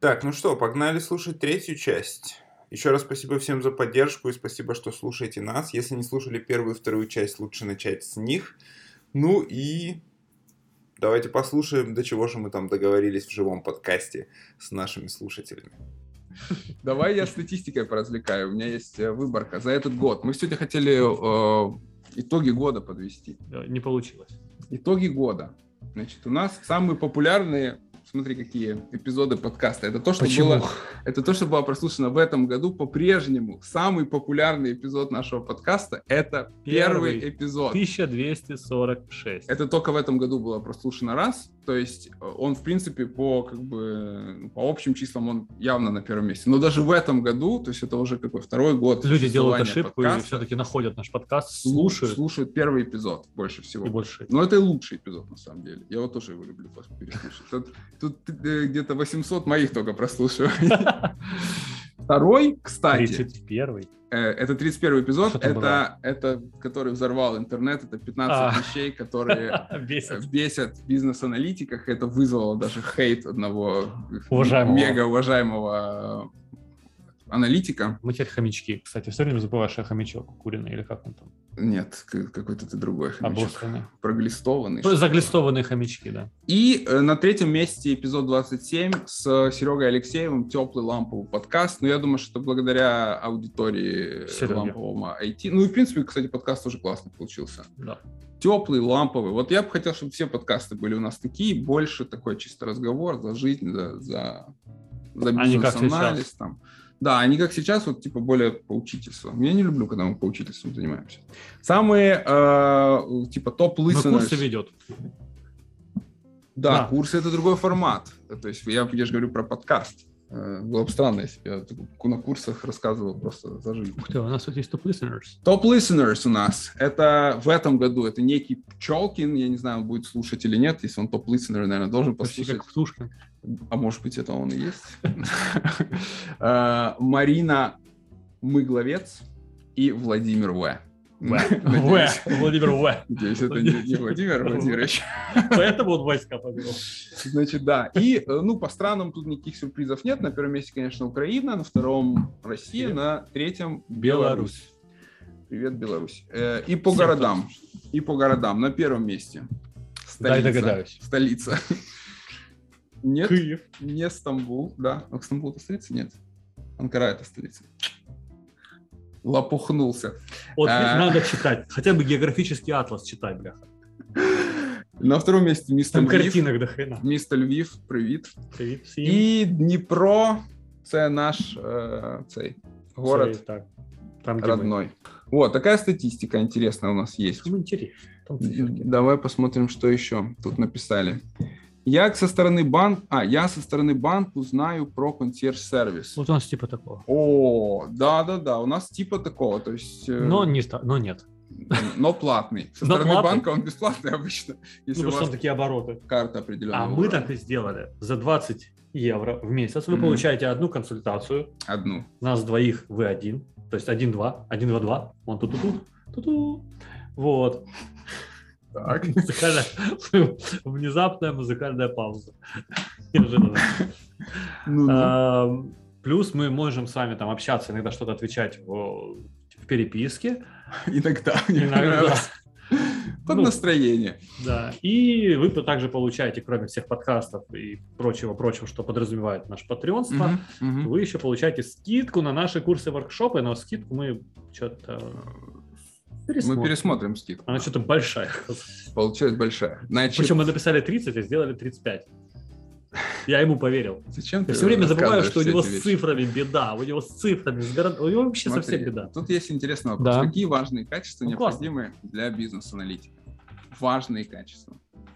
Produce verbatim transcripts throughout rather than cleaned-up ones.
Так, ну что, погнали слушать третью часть. Еще раз спасибо всем за поддержку и спасибо, что слушаете нас. Если не слушали первую и вторую часть, лучше начать с них. Ну и давайте послушаем, до чего же мы там договорились в живом подкасте с нашими слушателями. Давай я статистикой поразвлекаю. У меня есть выборка за этот год. Мы сегодня хотели э, итоги года подвести. Не получилось. Итоги года. Значит, у нас самые популярные, смотри, какие эпизоды подкаста. Это то, что было, это то, что было прослушано в этом году по-прежнему. Самый популярный эпизод нашего подкаста – это первый, первый эпизод. тысяча двести сорок шесть. Это только в этом году было прослушано раз. То есть он, в принципе, по, как бы, по общим числам он явно на первом месте. Но даже в этом году, то есть это уже какой второй год. Люди делают ошибку подкаста, и все-таки находят наш подкаст, слушают. Слушают первый эпизод больше всего. И больше. Но это и лучший эпизод, на самом деле. Я вот тоже его люблю переслушать. Тут, тут где-то восемьсот моих только прослушиваний. Второй, кстати. тридцать первый. Это тридцать первый эпизод, это, это, который взорвал интернет, это пятнадцать а. вещей, которые бесят. бесят в бизнес-аналитиках. Это вызвало даже хейт одного уважаемого. мега уважаемого аналитика. Мы теперь хомячки. Кстати, все время забываешь, что хомячок куриный или как он там? Нет, какой-то ты другой хомячок. Обосранный. Проглистованный. Заглистованные хомячки, да. И э, на третьем месте эпизод двадцать семь с Серегой Алексеевым «Теплый ламповый подкаст». Ну, я думаю, что благодаря аудитории Серега. Лампового ай ти. Ну, и, в принципе, кстати, подкаст тоже классный получился. Да. Теплый, ламповый. Вот я бы хотел, чтобы все подкасты были у нас такие, больше такой чисто разговор за жизнь, за, за, за бизнес-анализ там. Да, они как сейчас, вот типа более поучительством. Я не люблю, когда мы поучительством занимаемся. Самые э, типа топ-listeners. Но курсы ведет. Да, а. курсы это другой формат. То есть я, я же говорю про подкаст. Было бы странно, если бы я на курсах рассказывал просто за жизнь. Ух ты, у нас тут есть топ-listeners. Топ-listeners у нас. Это в этом году, это некий Пчелкин, я не знаю, он будет слушать или нет. Если он топ-listener, наверное, должен послушать. Почти как Птушкин. А может быть, это он и есть. Марина Мыгловец и Владимир В. В. Владимир В. Надеюсь, это не Владимир Владимирович. Поэтому он войска повел. Значит, да. И, ну, по странам тут никаких сюрпризов нет. На первом месте, конечно, Украина, на втором Россия, на третьем Беларусь. Привет, Беларусь. И по городам. И по городам. На первом месте Дай догадаюсь. Столица. Нет, Киев. Не Стамбул. Да. А Стамбул это столица? Нет. Анкара это столица. Лопухнулся. Вот а... надо читать. Хотя бы географический атлас читай, бляха. На втором месте місто Там Львів. Картинок до хрена. Місто Львів, привіт. Привіт всім. І Дніпро, це наш э, цей город цей, так. Там, родной. Вот, такая статистика интересная у нас есть. Там интересно. Там Давай посмотрим, что еще тут написали. Я со стороны банка, а, я со стороны банка знаю про консьерж-сервис. Вот у нас типа такого. О, да-да-да, у нас типа такого, то есть... Но, не, но нет. Но платный. Со но стороны платный. банка он бесплатный обычно. Если ну, у вас там такие обороты. Карта определенная. А мы так и сделали. За двадцать евро в месяц вы mm-hmm. получаете одну консультацию. Одну. Нас двоих, вы один. То есть один-два, один-два-два. Вон тут-тут-тут, тут-тут. Вот. Так. Музыкальная, внезапная музыкальная пауза. Неожиданно. Ну, а, плюс мы можем с вами там общаться, иногда что-то отвечать в, в переписке. Иногда. Иногда. Под ну, настроение. Да. И вы также получаете, кроме всех подкастов и прочего-прочего, что подразумевает наше патреонство, uh-huh, uh-huh. вы еще получаете скидку на наши курсы, воркшопы, но скидку мы что-то... Пересмотрим. Мы пересмотрим скидку. Она что-то большая. Получилась большая. Значит... Причем мы написали тридцать, а сделали тридцать пять. Я ему поверил. Зачем ты Я все время забываю, что у него с цифрами беда. У него с цифрами, с город... у него вообще Смотри, совсем беда. Тут есть интересный вопрос. Да. Какие важные качества ну, необходимы классно. для бизнес-аналитика? Важные качества.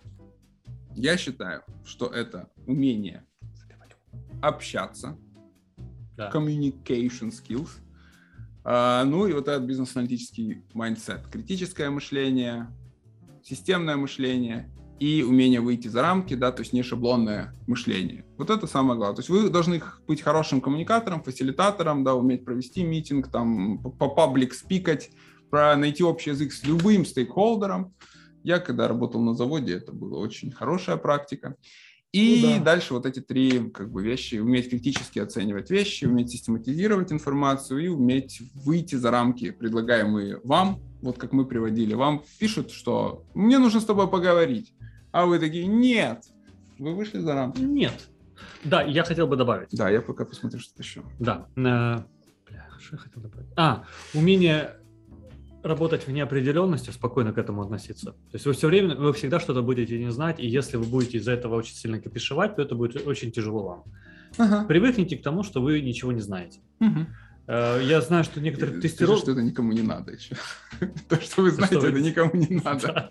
Я считаю, что это умение общаться, да. communication skills, Uh, ну и вот этот бизнес-аналитический майндсет. Критическое мышление, системное мышление и умение выйти за рамки, да, то есть не шаблонное мышление. Вот это самое главное. То есть вы должны быть хорошим коммуникатором, фасилитатором, да, уметь провести митинг, там, по паблик спикать, про найти общий язык с любым стейкхолдером. Я когда работал на заводе, это была очень хорошая практика. И ну, да. дальше вот эти три как бы вещи. Уметь критически оценивать вещи, уметь систематизировать информацию и уметь выйти за рамки, предлагаемые вам. Вот как мы приводили. Вам пишут, что мне нужно с тобой поговорить. А вы такие, нет. Вы вышли за рамки? Нет. Да, я хотел бы добавить. Да, я пока посмотрю, что-то еще. Да. Бля, что я хотел добавить? А, умение работать в неопределенности, спокойно к этому относиться. То есть вы все время, вы всегда что-то будете не знать, и если вы будете из-за этого очень сильно копишевать, то это будет очень тяжело вам. Ага. Привыкните к тому, что вы ничего не знаете. Угу. Я знаю, что некоторые тестировки... что это никому не надо еще. То, что вы знаете, это никому не надо.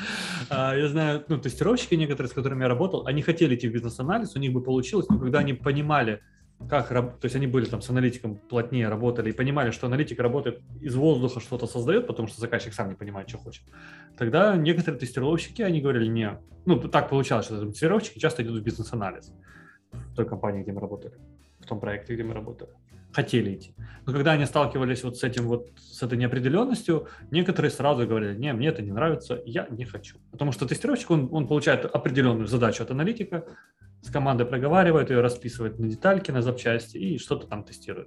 Я знаю, ну, тестировщики некоторые, с которыми я работал, они хотели идти в бизнес-анализ, у них бы получилось, но когда они понимали, как, то есть они были там с аналитиком плотнее работали и понимали, что аналитик работает из воздуха, что-то создает, потому что заказчик сам не понимает, что хочет. Тогда некоторые тестировщики, они говорили, не, ну, так получалось, что тестировщики часто идут в бизнес-анализ в той компании, где мы работали, в том проекте, где мы работали. Хотели идти. Но когда они сталкивались вот с этим вот, с этой неопределенностью, некоторые сразу говорили, не, мне это не нравится, я не хочу. Потому что тестировщик, он, он получает определенную задачу от аналитика, с командой проговаривает ее, расписывает на детальки, на запчасти и что-то там тестирует.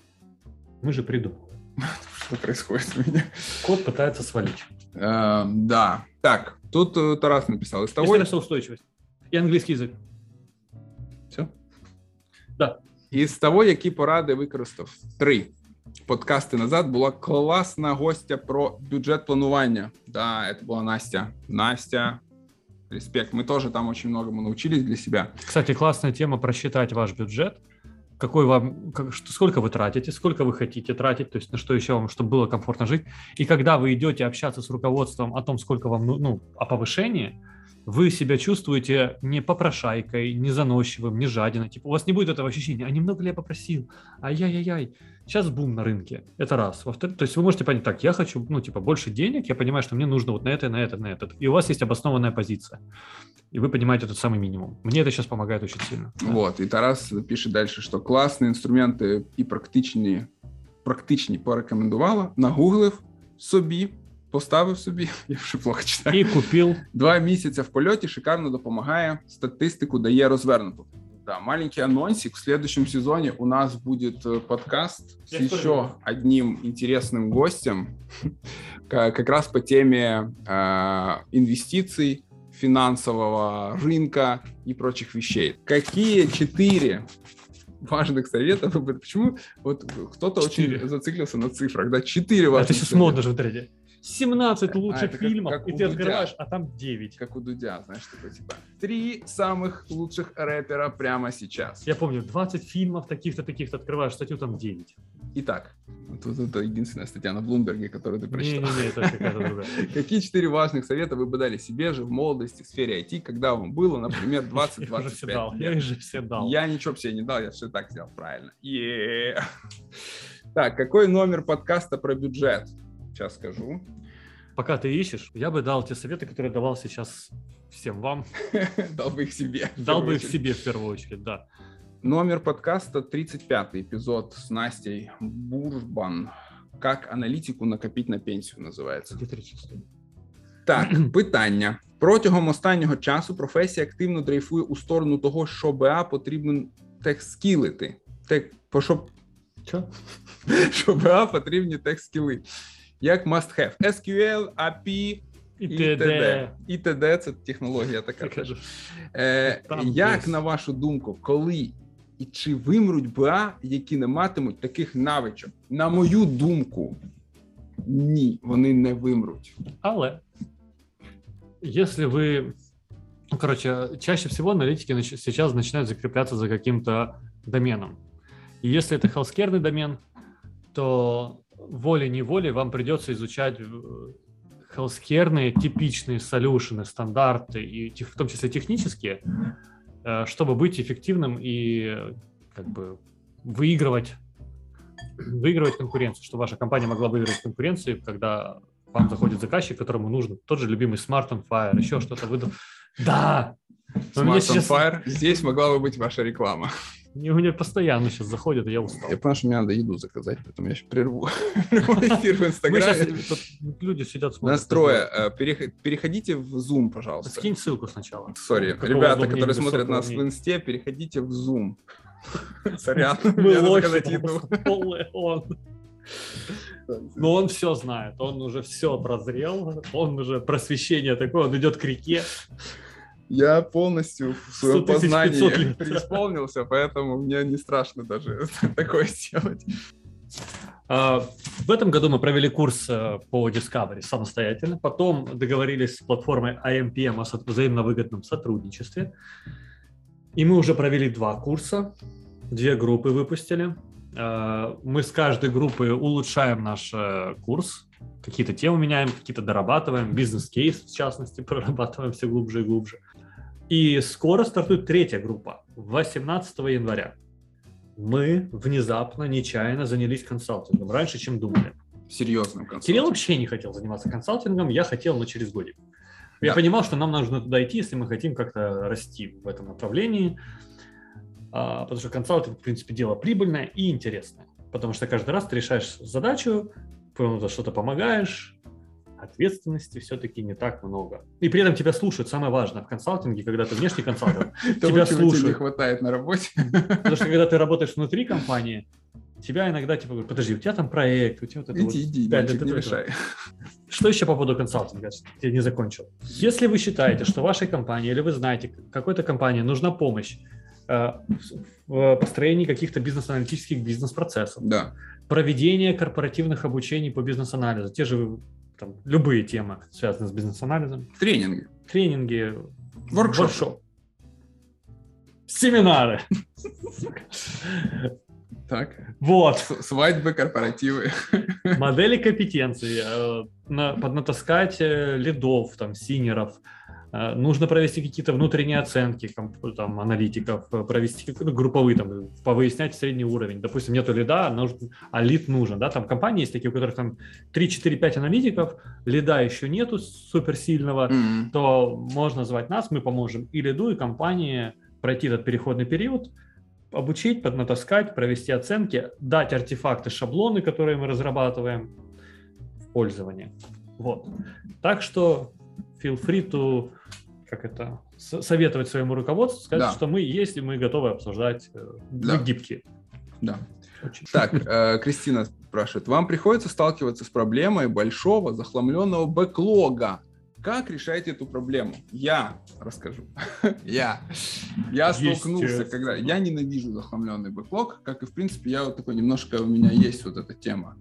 Мы же придумали. Что происходит у меня? Код пытается свалить. Uh, да. Так, тут uh, Тарас написал. Из того... Устойчивость. И английский язык. Все? Да. Із того, які поради використав три подкасти назад, була класна гостя про бюджет планування. Да, это была Настя. Настя, респект. Мы тоже там очень многому научились для себя. Кстати, классная тема просчитать ваш бюджет. Какой вам, как, что, сколько вы тратите, сколько вы хотите тратить, то есть на что еще вам, чтобы было комфортно жить. И когда вы идете общаться с руководством о том, сколько вам, ну, о повышении, вы себя чувствуете не попрошайкой, не заносчивым, не жадиной. Типа, у вас не будет этого ощущения, а немного ли я попросил? Ай-яй-яй-яй. Сейчас бум на рынке. Это раз. Во-вторых, то есть вы можете понять, так, я хочу, ну, типа, больше денег, я понимаю, что мне нужно вот на это, на это, на это. И у вас есть обоснованная позиция. И вы понимаете тот самый минимум. Мне это сейчас помогает очень сильно. Вот. И Тарас пишет дальше, что классные инструменти і практичні, практичні порекомендувала, нагуглив собі, поставив собі, я вже плохо читаю. І купив. Два місяці в польоті шикарно допомагає, статистику дає розвернуту. Да, маленький анонсик. В следующем сезоне у нас будет подкаст с еще одним интересным гостем, как раз по теме э, инвестиций, финансового рынка и прочих вещей. Какие четыре важных совета? Почему вот кто-то четыре. Очень зациклился на цифрах? Да, четыре важных. Это сейчас совета. Модно же в интернете. семнадцать лучших а, фильмов, как, как и ты Дудя. Открываешь, а там девять. Как у Дудя, знаешь, такой типа. Три самых лучших рэпера прямо сейчас. Я помню, двадцать фильмов таких-то, таких-то, открываешь статью, там девять. Итак, вот это единственная статья на Блумберге, которую ты прочитал. Не-не-не, это какая-то другая. Какие четыре важных совета вы бы дали себе же в молодости в сфере ай ти, когда вам было, например, двадцать-двадцать пять лет? Я уже все дал. Я ничего себе не дал, я все так сделал правильно. Yeah. Так, какой номер подкаста про бюджет? Сейчас скажу. Пока ты ищешь, я бы дал те советы, которые давал сейчас всем вам. Дал бы их себе. Дал бы их себе в первую очередь, да. Номер подкаста тридцать пятый эпизод с Настей Бурбан. Как аналітику накопити на пенсію називається. Так, питання. Протягом останнього часу професія активно дрейфує у сторону того, що БА потрібно тех-скілити. Тех, що? Що? Що БА потрібні тех-скіли. Як must have. ес кью ел, ей пі і т.д. І т.д. – це технологія така. Е, як, десь. На вашу думку, коли і чи вимруть БА, які не матимуть таких навичок? На мою думку, ні, вони не вимруть. Але, если вы... Ну, короче, чаще всего аналитики нач... сейчас начинают закрепляться за каким-то доменом. И если это healthcare домен, то волей-неволей вам придется изучать healthcare типичные солюшены, стандарты, и в том числе технические, чтобы быть эффективным и как бы выигрывать, выигрывать конкуренцию, чтобы ваша компания могла выиграть конкуренцию, когда вам заходит заказчик, которому нужно тот же любимый Smart on Fire, еще что-то выдал. Да! Smart on сейчас... Fire. Здесь могла бы быть ваша реклама. Мне, мне постоянно сейчас заходят, и я устал. Я понял, что мне надо еду заказать, поэтому я сейчас прерву эфир в Инстаграме. Люди сидят, смотрят. Настроя. Переходите в Zoom, пожалуйста. Скинь ссылку сначала. Сори, ребята, которые смотрят нас в Инсте, переходите в Zoom. Сорян, мне надо заказать еду. Но он все знает, он уже все прозрел, он уже просвещение такое, он идет к реке. Я полностью в своем познании преисполнился, поэтому мне не страшно даже такое сделать. В этом году мы провели курс по Discovery самостоятельно, потом договорились с платформой ай эм пи эм о взаимно выгодном сотрудничестве, и мы уже провели два курса, две группы выпустили. Мы с каждой группы улучшаем наш курс, какие-то темы меняем, какие-то дорабатываем, бизнес-кейс, в частности, прорабатываем все глубже и глубже. И скоро стартует третья группа, восемнадцатого января. Мы внезапно, нечаянно занялись консалтингом, раньше, чем думали. Серьезным консалтингом. Кирилл вообще не хотел заниматься консалтингом, я хотел, но через годик. Я да. понимал, что нам нужно туда идти, если мы хотим как-то расти в этом направлении. Потому что консалтинг, в принципе, дело прибыльное и интересное. Потому что каждый раз ты решаешь задачу, кому-то что-то помогаешь, ответственности все-таки не так много. И при этом тебя слушают. Самое важное в консалтинге, когда ты внешний консалтинг, тебя слушают. Тебе не хватает на работе. Потому что когда ты работаешь внутри компании, тебя иногда типа говорят, подожди, у тебя там проект, у тебя вот это иди, вот... Иди, мальчик, не мешай. Что еще по поводу консалтинга? Я не закончил. Если вы считаете, что вашей компании, или вы знаете, какой-то компании нужна помощь в построении каких-то бизнес-аналитических бизнес-процессов, да. проведение корпоративных обучений по бизнес-анализу, те же там, любые темы, связанные с бизнес-анализом. Тренинги. Тренинги. Воркшоп. Воркшоп. Семинары. Так. Вот. Свадьбы, корпоративы. Модели компетенций. Поднатаскать лидов, там, синеров. Нужно провести какие-то внутренние оценки там, аналитиков, провести какие-то групповые, там, повыяснять средний уровень. Допустим, нету лида, а лид нужен. Да? Там компании есть такие, у которых там три, четыре, пять аналитиков, лида еще нету суперсильного, mm-hmm. то можно звать нас, мы поможем и лиду, и компании пройти этот переходный период, обучить, поднатаскать, провести оценки, дать артефакты, шаблоны, которые мы разрабатываем в пользование. Вот. Так что feel free to, как это, советовать своему руководству, сказать, да. что мы есть, и мы готовы обсуждать, да. мы гибкие. Да. Очень. Так, э, Кристина спрашивает, вам приходится сталкиваться с проблемой большого захламленного бэклога? Как решаете эту проблему? Я расскажу. Я. Я столкнулся, когда... Я ненавижу захламленный бэклог, как и, в принципе, я вот такой, немножко у меня есть вот эта тема.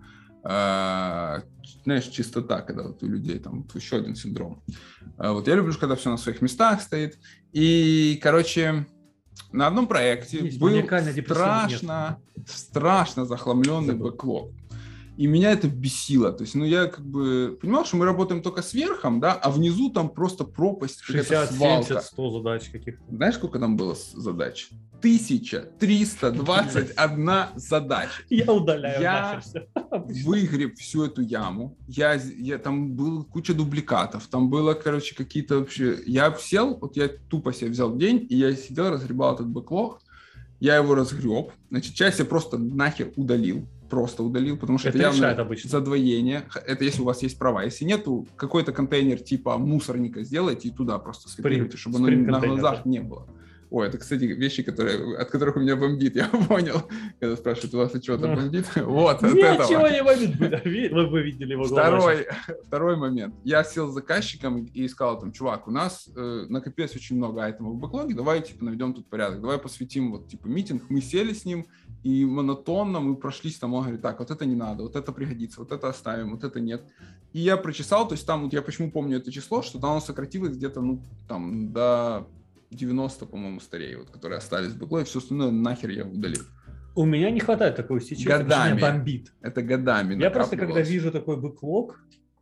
Uh, знаешь, чистота, когда вот у людей там еще один синдром. Uh, вот я люблю, когда все на своих местах стоит. И, короче, на одном проекте есть был страшно, страшно захламленный бэклог. И меня это бесило. То есть, ну, я как бы понимал, что мы работаем только с верхом, да, а внизу там просто пропасть, шестьдесят, семьдесят, сто задач каких-то. Знаешь, сколько там было задач? тысяча триста двадцать одна задача. Я удаляю. Я выгреб всю эту яму. Я, я, там была куча дубликатов. Там было, короче, какие-то вообще... Я сел, вот я тупо себе взял день, и я сидел, разгребал этот бэклог. Я его разгреб. Значит, часть я просто нахер удалил. Просто удалил, потому что это, это явно задвоение. Это если у вас есть права. Если нету, какой-то контейнер типа мусорника сделайте и туда просто скопируйте, чтобы оно на глазах не было. Ой, это, кстати, вещи, которые, от которых у меня бомбит, я понял. Когда спрашивают, у вас от чего-то бомбит? Вот, от этого. Ничего не бомбит. Вы бы видели его Второй, второй момент. Я сел с заказчиком и сказал, там, чувак, у нас э, накопилось очень много айтемов в бэклоге, давай, типа, наведем тут порядок. Давай посвятим, вот, типа, митинг. Мы сели с ним, и монотонно мы прошлись, там, он говорит, так, вот это не надо, вот это пригодится, вот это оставим, вот это нет. И я прочесал, то есть там, вот я почему помню это число, что там оно сократилось где-то, ну, там, до... девяносто, по-моему, старей, вот, которые остались в бэклоге, все остальное нахер я удалил. У меня не хватает такой усечения, годами. Меня бомбит. Это годами. Я просто, когда вижу такой бэклог,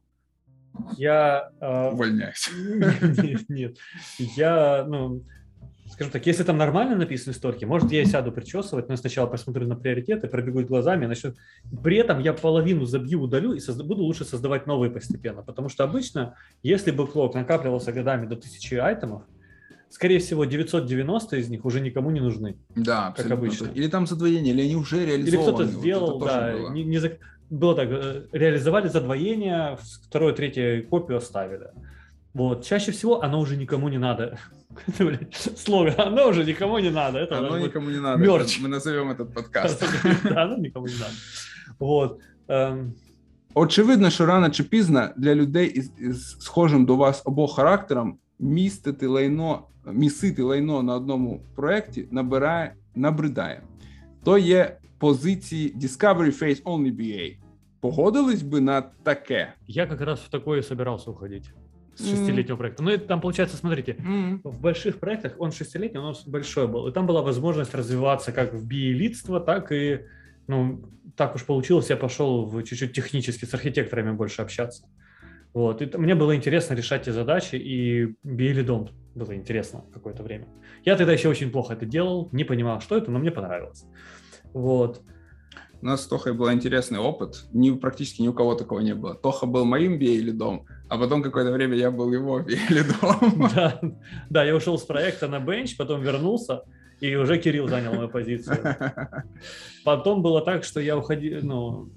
я... Э... Увольняюсь. Нет, нет, нет. Я, ну, скажем так, если там нормально написаны строки, может, я сяду причесывать, но я сначала посмотрю на приоритеты, пробегусь глазами, начну... При этом я половину забью, удалю и созда... буду лучше создавать новые постепенно, потому что обычно, если бэклог накапливался годами до тысячи айтемов, скорее всего, девятьсот девяносто из них уже никому не нужны. Да, как обычно. Или там задвоение, или они уже реализованы. Или кто-то сделал, вот да, было. Не, не за... было так, реализовали задвоение, вторую, третью копию оставили. Вот, чаще всего оно уже никому не надо. Слоган, оно уже никому не надо. Это оно никому не надо. Мерч. Мы назовем этот подкаст. Оно никому не надо. Вот. Очевидно, що рано чи пізно для людей із, із схожим до вас обох характером містити лайно, місити лайно на одному проєкті набирає, набридає. То є позиції Discovery Phase Only би ей. Погодились бы на таке? Я как раз в такое собирался уходить. С шестилетнего mm. проекта. Ну, это там, получается, смотрите, mm. в больших проектах, он шестилетний, он большой был, и там была возможность развиваться как в би эй-лидство, так и, ну, так уж получилось, я пошел в чуть-чуть технически с архитекторами больше общаться. Вот. И мне было интересно решать эти задачи, и би эй-лидом было интересно какое-то время. Я тогда еще очень плохо это делал, не понимал, что это, но мне понравилось. Вот. У нас с Тохой был интересный опыт, ни, практически ни у кого такого не было. Тоха был моим би эй-лидом, а потом какое-то время я был его би эй-лидом. Да, да, я ушел с проекта на бенч, потом вернулся, и уже Кирилл занял мою позицию. Потом было так, что я уходил, ну,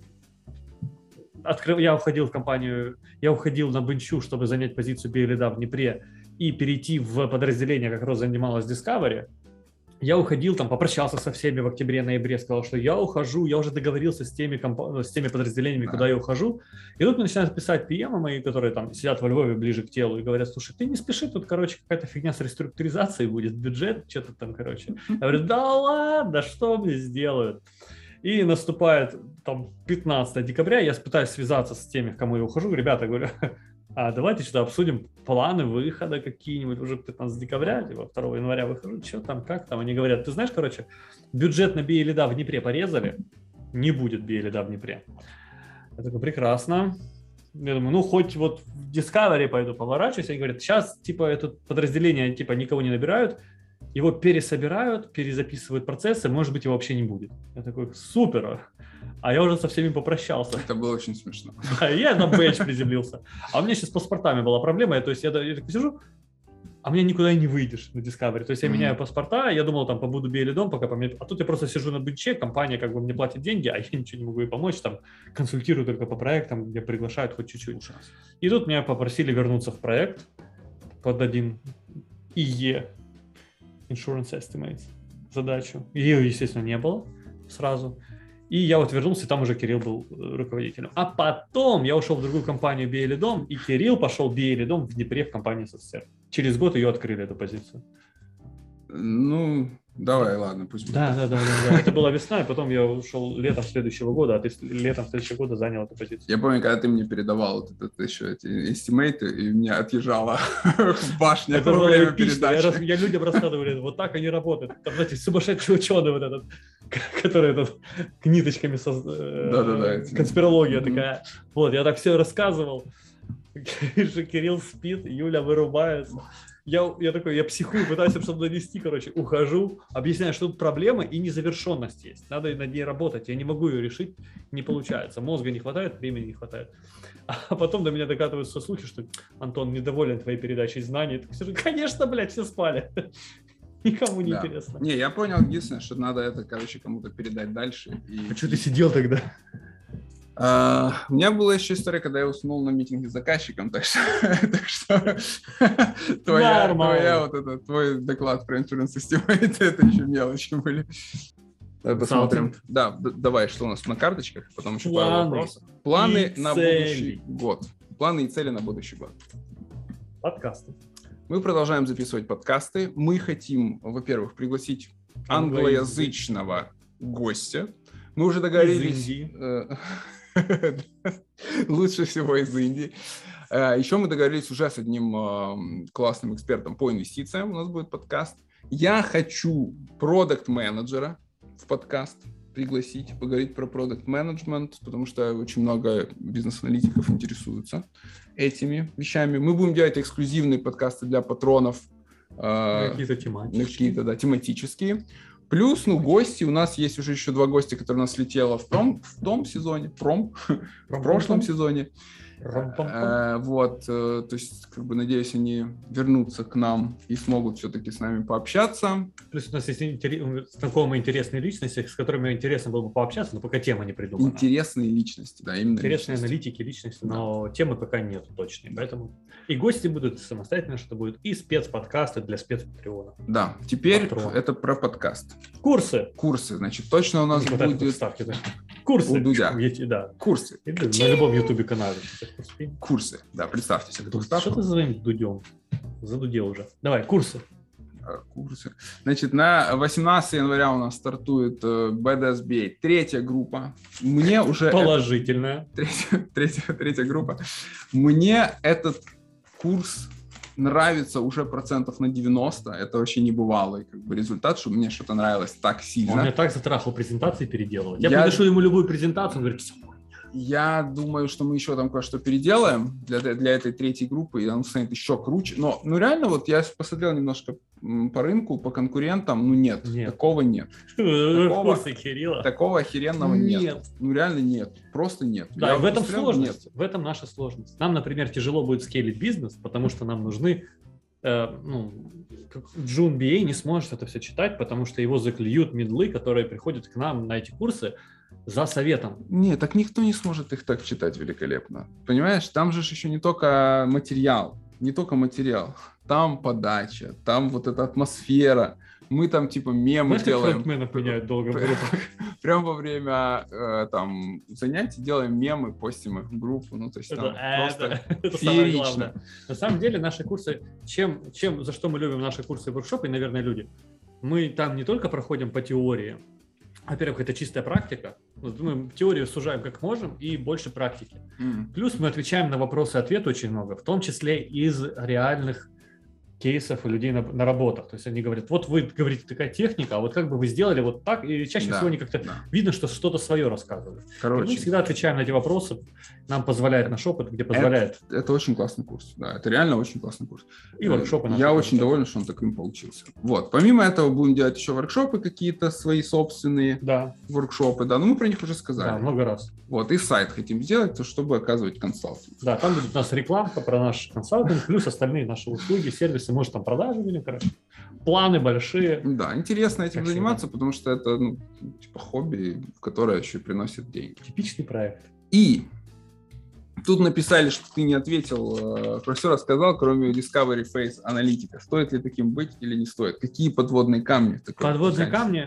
открыл, я уходил в компанию, я уходил на бенчу, чтобы занять позицию би эй-лида в Днепре и перейти в подразделение, как раз занималось Discovery. Я уходил, там, попрощался со всеми в октябре-ноябре, сказал, что я ухожу, я уже договорился с теми, комп... с теми подразделениями, да. Куда я ухожу. И тут мне начинают писать пи эм мои, которые там сидят во Львове ближе к телу, и говорят, слушай, ты не спеши, тут, короче, какая-то фигня с реструктуризацией будет, бюджет, что-то там, короче. Я говорю, да ладно, что мне сделают? И наступает там пятнадцатого декабря, я пытаюсь связаться с теми, к кому я ухожу, ребята, говорю, а давайте что-то обсудим, планы выхода какие-нибудь, уже пятнадцатого декабря, либо второго января выхожу, что там, как там, они говорят, ты знаешь, короче, бюджет на би эй-лида в Днепре порезали, не будет би эй-лида в Днепре. Я такой, прекрасно. Я думаю, ну, хоть вот в Discovery пойду поворачиваюсь, они говорят, сейчас, типа, это подразделение, типа, никого не набирают, его пересобирают, перезаписывают процессы, может быть, его вообще не будет. Я такой, супер. А я уже со всеми попрощался. Это было очень смешно. Я на бенч приземлился. А у меня сейчас с паспортами была проблема. Я, то есть я, я так сижу, а мне никуда и не выйдешь на Discovery. То есть я mm-hmm. меняю паспорта, я думал, там, побуду би эй-лидом, пока поменяю. А тут я просто сижу на бенче, компания как бы мне платит деньги, а я ничего не могу ей помочь, там, консультирую только по проектам, где приглашают хоть чуть-чуть. Ужас. И тут меня попросили вернуться в проект под один и и Insurance Estimates задачу. Ее, естественно, не было сразу. И я вот вернулся, и там уже Кирилл был руководителем. А потом я ушел в другую компанию би эй-лидом, и Кирилл пошел би эй-лидом в Днепре в компании СССР. Через год ее открыли, эту позицию. Ну, давай, ладно, пусть будет. Да, да, да, да, да. Это была весна, и потом я ушел летом следующего года, а ты летом следующего года занял эту позицию. Я помню, когда ты мне передавал вот это, еще эти эстимейты, и меня отъезжало в башне это во время передачи. Я, я людям рассказываю, вот так они работают. Там, знаете, сумасшедший ученый вот этот, который этот, к ниточками соз... да, да, да, конспирология mm-hmm. такая. Вот, я так все рассказывал. Кирилл спит, Юля вырубается. Я, я такой, я психую, пытаюсь что-то донести, короче, ухожу, объясняю, что тут проблема и незавершенность есть. Надо над ней работать, я не могу ее решить, не получается. Мозга не хватает, времени не хватает. А потом до меня докатываются слухи, что Антон недоволен твоей передачей знаний. Я скажу, конечно, блядь, все спали. Никому не да. интересно. Не, я понял, единственное, что надо это, короче, кому-то передать дальше. И... А что ты сидел тогда? Uh, у меня была еще история, когда я уснул на митинге с заказчиком, так что, так что твоя, твоя вот это, твой доклад про insurance estimate, это еще мелочи были. Давай посмотрим. Да, д- давай, что у нас на карточках, потом еще Планы пару вопросов. Планы на цели. будущий год. Планы и цели на будущий год. Подкасты. Мы продолжаем записывать подкасты. Мы хотим, во-первых, пригласить англоязычного гостя. Мы уже договорились... Лучше всего из Индии. Еще мы договорились уже с одним классным экспертом по инвестициям. У нас будет подкаст. Я хочу продакт-менеджера в подкаст пригласить, поговорить про продакт-менеджмент, потому что очень много бизнес-аналитиков интересуются этими вещами. Мы будем делать эксклюзивные подкасты для патронов. Какие-то тематические. Какие-то, да, тематические. Плюс, ну, гости. У нас есть уже еще два гостя, которые у нас летело в том, в том сезоне, пром, в прошлом сезоне. Э, вот, э, то есть, как бы, надеюсь, они вернутся к нам и смогут все-таки с нами пообщаться. Плюс у нас есть интерес, знакомые интересные личности, с которыми интересно было бы пообщаться, но пока тема не придумана. Интересные личности, да, именно Интересные личности. аналитики, личности, но да. темы пока нет точной, поэтому и гости будут самостоятельно, что будет, и спецподкасты для спецпатреона. Да, теперь Патрон. Это про подкаст. Курсы. Курсы, значит, точно у нас вот будет... Ставки, да. Курсы. У Дудя. Да. Курсы. И, да, на любом ютубе-канале. Курсы, да, представьте себе. Что ты за своим Дудем? Задудел уже. Давай, курсы. Курсы. Значит, на восемнадцатого января у нас стартует би ди эс би эй, третья группа. Мне уже... Положительная. Это... Третья, третья, третья группа. Мне этот курс нравится уже процентов на девяносто. Это вообще небывалый как бы, результат, что мне что-то нравилось так сильно. Он меня так затрахал презентации переделывать. Я, Я... приношу ему любую презентацию, он говорит, все. Я думаю, что мы еще там кое-что переделаем для, для этой третьей группы, и он станет еще круче. Но, ну, реально, вот я посмотрел немножко по рынку, по конкурентам, ну, нет, нет. такого нет. Такого, Кирилла. Такого охеренного нет. нет. Ну, реально нет, просто нет. Да, я и в этом сложность, нет. в этом наша сложность. Нам, например, тяжело будет скейлить бизнес, потому что нам нужны, э, ну, Джун би эй не сможет это все читать, потому что его заклюют мидлы, которые приходят к нам на эти курсы, за советом. Нет, так никто не сможет их так читать великолепно. Понимаешь, там же еще не только материал, не только материал, там подача, там вот эта атмосфера. Мы там типа мемы Знаешь, делаем. Как фронтменов меняют долго в группах? Прям во время э, там занятий делаем мемы, постим их в группу. Ну, то есть там это, просто это, феерично. Это На самом деле наши курсы, чем, чем, за что мы любим наши курсы и воркшопы, и, наверное, люди, мы там не только проходим по теории. Во-первых, это чистая практика. Мы теорию сужаем как можем и больше практики. Mm. Плюс мы отвечаем на вопросы и ответы очень много, в том числе из реальных кейсов и людей на, на работах. То есть они говорят, вот вы говорите такая техника, а вот как бы вы сделали вот так, и чаще да, всего они как-то да. видно, что что-то свое рассказывают. Короче. И мы всегда отвечаем на эти вопросы, нам позволяет наш опыт, где позволяет. Это, это очень классный курс, да, это реально очень классный курс. И воркшопы наши. Я очень доволен, что он таким получился. Вот, помимо этого будем делать еще воркшопы какие-то свои собственные, да. воркшопы, да, но мы про них уже сказали. Да, много раз. Вот, и сайт хотим сделать, чтобы оказывать консалтинг. Да, там будет у нас рекламка про наш консалтинг, плюс остальные наши услуги, сервисы, может там продажи были, короче. Планы большие. Да, интересно этим как заниматься, всегда. Потому что это, ну, типа хобби, которое еще приносит деньги. Типичный проект. И тут написали, что ты не ответил, про все рассказал, кроме Discovery Phase аналитика. Стоит ли таким быть или не стоит? Какие подводные камни? Подводные камни?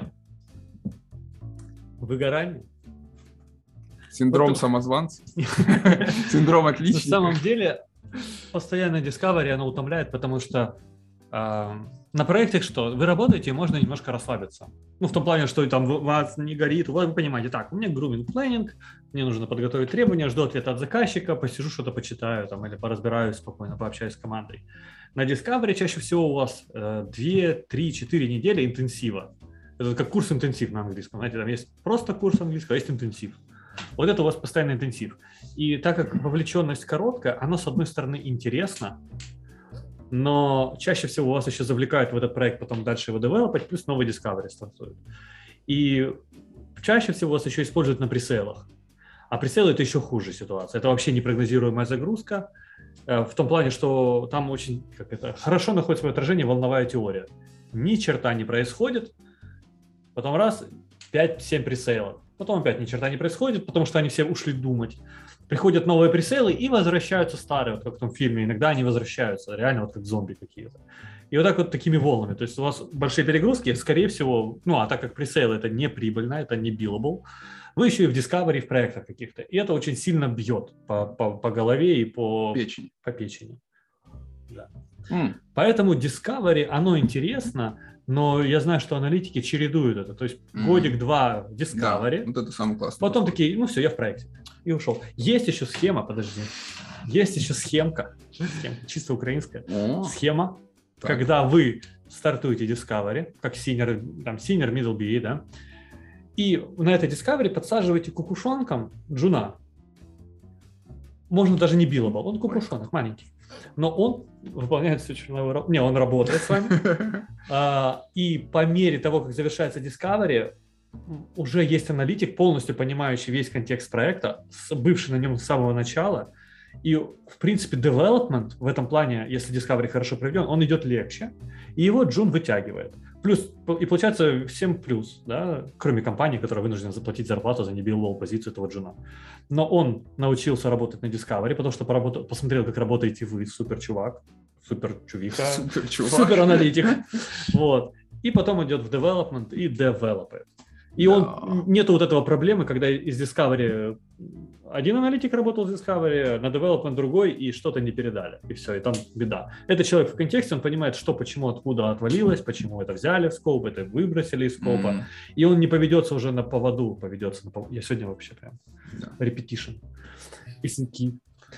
Выгорание. Синдром вот самозванца? Синдром отличника? На самом деле, постоянное Discovery, оно утомляет, потому что э, на проектах что? Вы работаете, и можно немножко расслабиться. Ну, в том плане, что там у вас не горит. Вы понимаете, так, у меня груминг планинг, мне нужно подготовить требования, жду ответа от заказчика, посижу, что-то почитаю там, или поразбираюсь спокойно, пообщаюсь с командой. На Discovery чаще всего у вас э, две, три, четыре недели интенсива. Это как курс интенсив на английском. Знаете, там есть просто курс английского, а есть интенсив. Вот это у вас постоянный интенсив. И так как вовлеченность короткая, оно, с одной стороны, интересно, но чаще всего вас еще завлекают в этот проект, потом дальше его девелопать, плюс новый Discovery стартует. И чаще всего вас еще используют на пресейлах. А пресейлы – это еще хуже ситуация. Это вообще непрогнозируемая загрузка, в том плане, что там очень как это, хорошо находит свое отражение волновая теория. Ни черта не происходит, потом раз, пять-семь пресейлов. Потом опять ни черта не происходит, потому что они все ушли думать. Приходят новые пресейлы и возвращаются старые, вот как в том фильме. Иногда они возвращаются, реально вот как зомби какие-то. И вот так вот такими волнами. То есть у вас большие перегрузки, скорее всего, ну а так как пресейлы это не прибыльно, это не billable, вы еще и в Discovery, в проектах каких-то. И это очень сильно бьет по, по, по голове и по печени. По печени. Да. Mm. Поэтому Discovery, оно интересно, но я знаю, что аналитики чередуют это. То есть mm. годик-два в Discovery. Да, вот это самое классное. Потом такие, ну все, я в проекте. И ушел. Есть еще схема, подожди. Есть еще схемка. Схемка чисто украинская. О, схема, так. Когда вы стартуете Discovery, как senior, там, senior, middle би эй, да, и на этой Discovery подсаживаете кукушонком джуна. Можно даже не billable, он кукушонок маленький. Но он выполняет всю черновую работу. Не, он работает с вами. А, и по мере того, как завершается Discovery, уже есть аналитик, полностью понимающий весь контекст проекта, бывший на нем с самого начала. И, в принципе, development в этом плане, если Discovery хорошо проведен, он идет легче, и его Джун вытягивает. Плюс, и получается всем плюс, да, кроме компании, которая вынуждена заплатить зарплату за небилловую позицию этого Джуна. Но он научился работать на Discovery, потому что поработал, посмотрел, как работаете вы, супер чувак, супер чувиха, Супер чувак. Супер аналитик. Вот. И потом идет в development и девелопает. И да. он, нету вот этого проблемы, когда из Discovery один аналитик работал в Discovery, на development другой, и что-то не передали. И все, и там беда. Это человек в контексте, он понимает, что, почему, откуда отвалилось, почему это взяли в скоп, это выбросили из скопа. Mm. И он не поведется уже на поводу, поведется на поводу. Я сегодня вообще прям yeah. repetition. Песенки.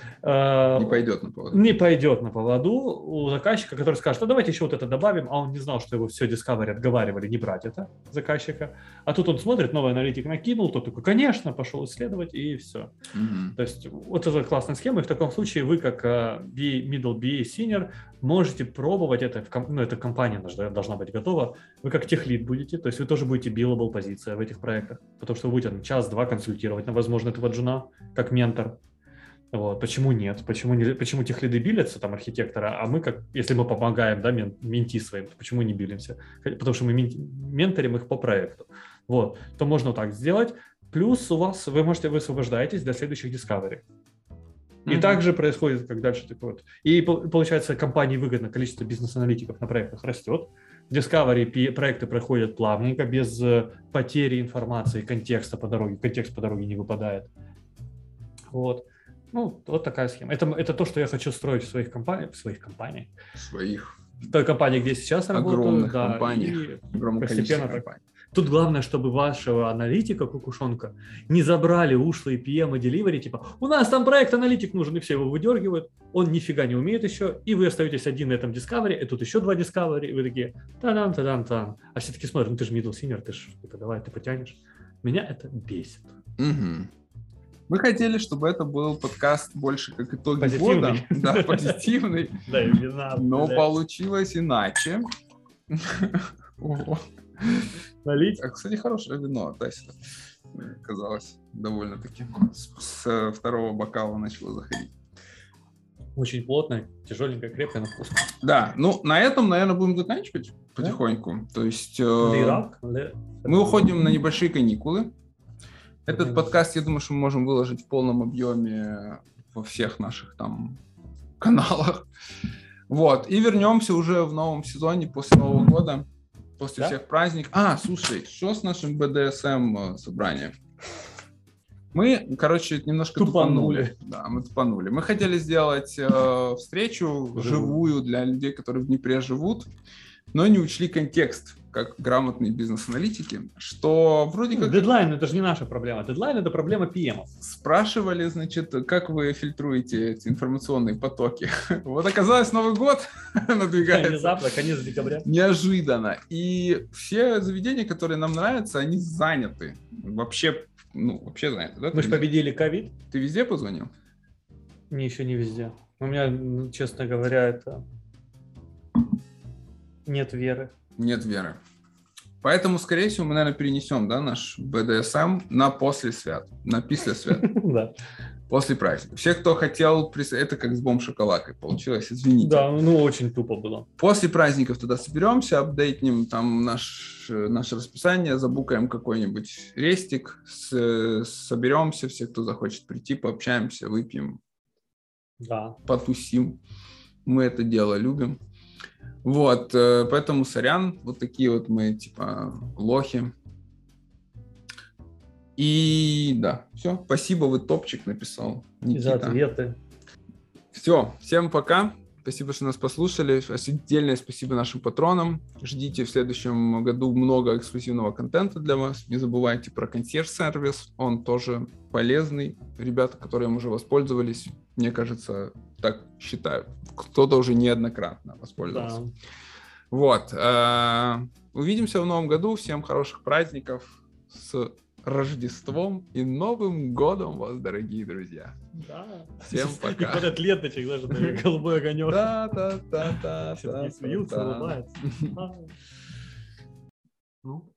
Не пойдет на поводу. Не пойдет на поводу у заказчика, который скажет, а давайте еще вот это добавим, а он не знал, что его все Discovery отговаривали не брать это заказчика. А тут он смотрит, новый аналитик накинул, тот такой, конечно, пошел исследовать, и все. Mm-hmm. То есть вот это классная схема, и в таком случае вы, как би эй, Middle би эй Senior, можете пробовать это, в, ну, эта компания должна быть готова, вы как техлид будете, то есть вы тоже будете billable позиция в этих проектах, потому что вы будете час-два консультировать, на, возможно, этого джуна, как ментор. Вот. Почему нет? Почему, не, почему техлиды билятся, там, архитектора, а мы, как, если мы помогаем, да, мен, менти своим, то почему не билимся? Потому что мы мен, менторим их по проекту. Вот. То можно вот так сделать. Плюс у вас, вы можете, вы освобождаетесь для следующих Discovery. И mm-hmm. также происходит, как дальше такое вот. И получается, компании выгодно, количество бизнес-аналитиков на проектах растет. Discovery проекты проходят плавненько, без потери информации, контекста по дороге. Контекст по дороге не выпадает. Вот. Ну, вот такая схема. Это, это то, что я хочу строить в своих компаниях. В своих компаниях. В своих. В той компании, где сейчас работаю. Огромных да, компаниях. Огромное количество компаний. Тут главное, чтобы вашего аналитика, кукушонка, не забрали ушлые пи эм и delivery, типа, у нас там проект-аналитик нужен, и все его выдергивают, он нифига не умеет еще, и вы остаетесь один на этом Discovery, и тут еще два Discovery, и вы такие, та-дам, та-дам, та-дам. А все таки смотрят, ну ты же middle senior, ты же, типа, давай, ты потянешь. Меня это бесит. Угу. Мы хотели, чтобы это был подкаст больше как итоги позитивный. года. Да, позитивный. Да, и не надо. Но получилось иначе. Налить? Кстати, хорошее вино, Тайсера. Казалось, довольно-таки. С второго бокала начало заходить. Очень плотное, тяжеленькое, крепкое, но вкусно. Да, ну на этом, наверное, будем заканчивать потихоньку. То есть мы уходим на небольшие каникулы. Этот подкаст, я думаю, что мы можем выложить в полном объеме во всех наших там каналах. Вот. И вернемся уже в новом сезоне после Нового года, после да? всех праздников. А, слушай, что с нашим би ди эс эм собранием? Мы, короче, немножко тупанули. тупанули. Да, мы тупанули. Мы хотели сделать э, встречу живую. живую для людей, которые в Днепре живут, но не учли контекст, как грамотные бизнес-аналитики, что вроде как... Дедлайн — это же не наша проблема. Дедлайн — это проблема пи эм. Спрашивали, значит, как вы фильтруете эти информационные потоки. Вот оказалось, Новый год надвигается. Внезапно, конец декабря. Неожиданно. И все заведения, которые нам нравятся, они заняты. Вообще, ну, вообще заняты. Да? Мы же победили ковид. Ты везде позвонил? Не, еще не везде. У меня, честно говоря, это... Нет веры. Нет веры. Поэтому, скорее всего, мы, наверное, перенесем, да, наш би ди эс эм на после свят, на после свят. Да. После праздника. Все, кто хотел, это как с бомб-шоколадкой получилось, извините. Да, ну очень тупо было. После праздников туда соберемся, апдейтнем там наш, наше расписание, забукаем какой-нибудь рестик, с, соберемся, все, кто захочет прийти, пообщаемся, выпьем, да. потусим. Мы это дело любим. Вот, поэтому сорян, вот такие вот мы, типа, лохи. И да, все, спасибо, вы топчик написал, Никита. И за ответы. Все, всем пока, спасибо, что нас послушали, отдельное спасибо нашим патронам, ждите в следующем году много эксклюзивного контента для вас, не забывайте про консьерж-сервис, он тоже полезный, ребята, которые им уже воспользовались, мне кажется, так считают, кто-то уже неоднократно воспользовался. Да. Вот, увидимся в новом году, всем хороших праздников, с Рождеством и Новым годом вас, дорогие друзья. Да. Всем пока. И хватает ленточек даже, голубой огонек. Да, да, да, да. Все такие смеются, улыбаются. Ну.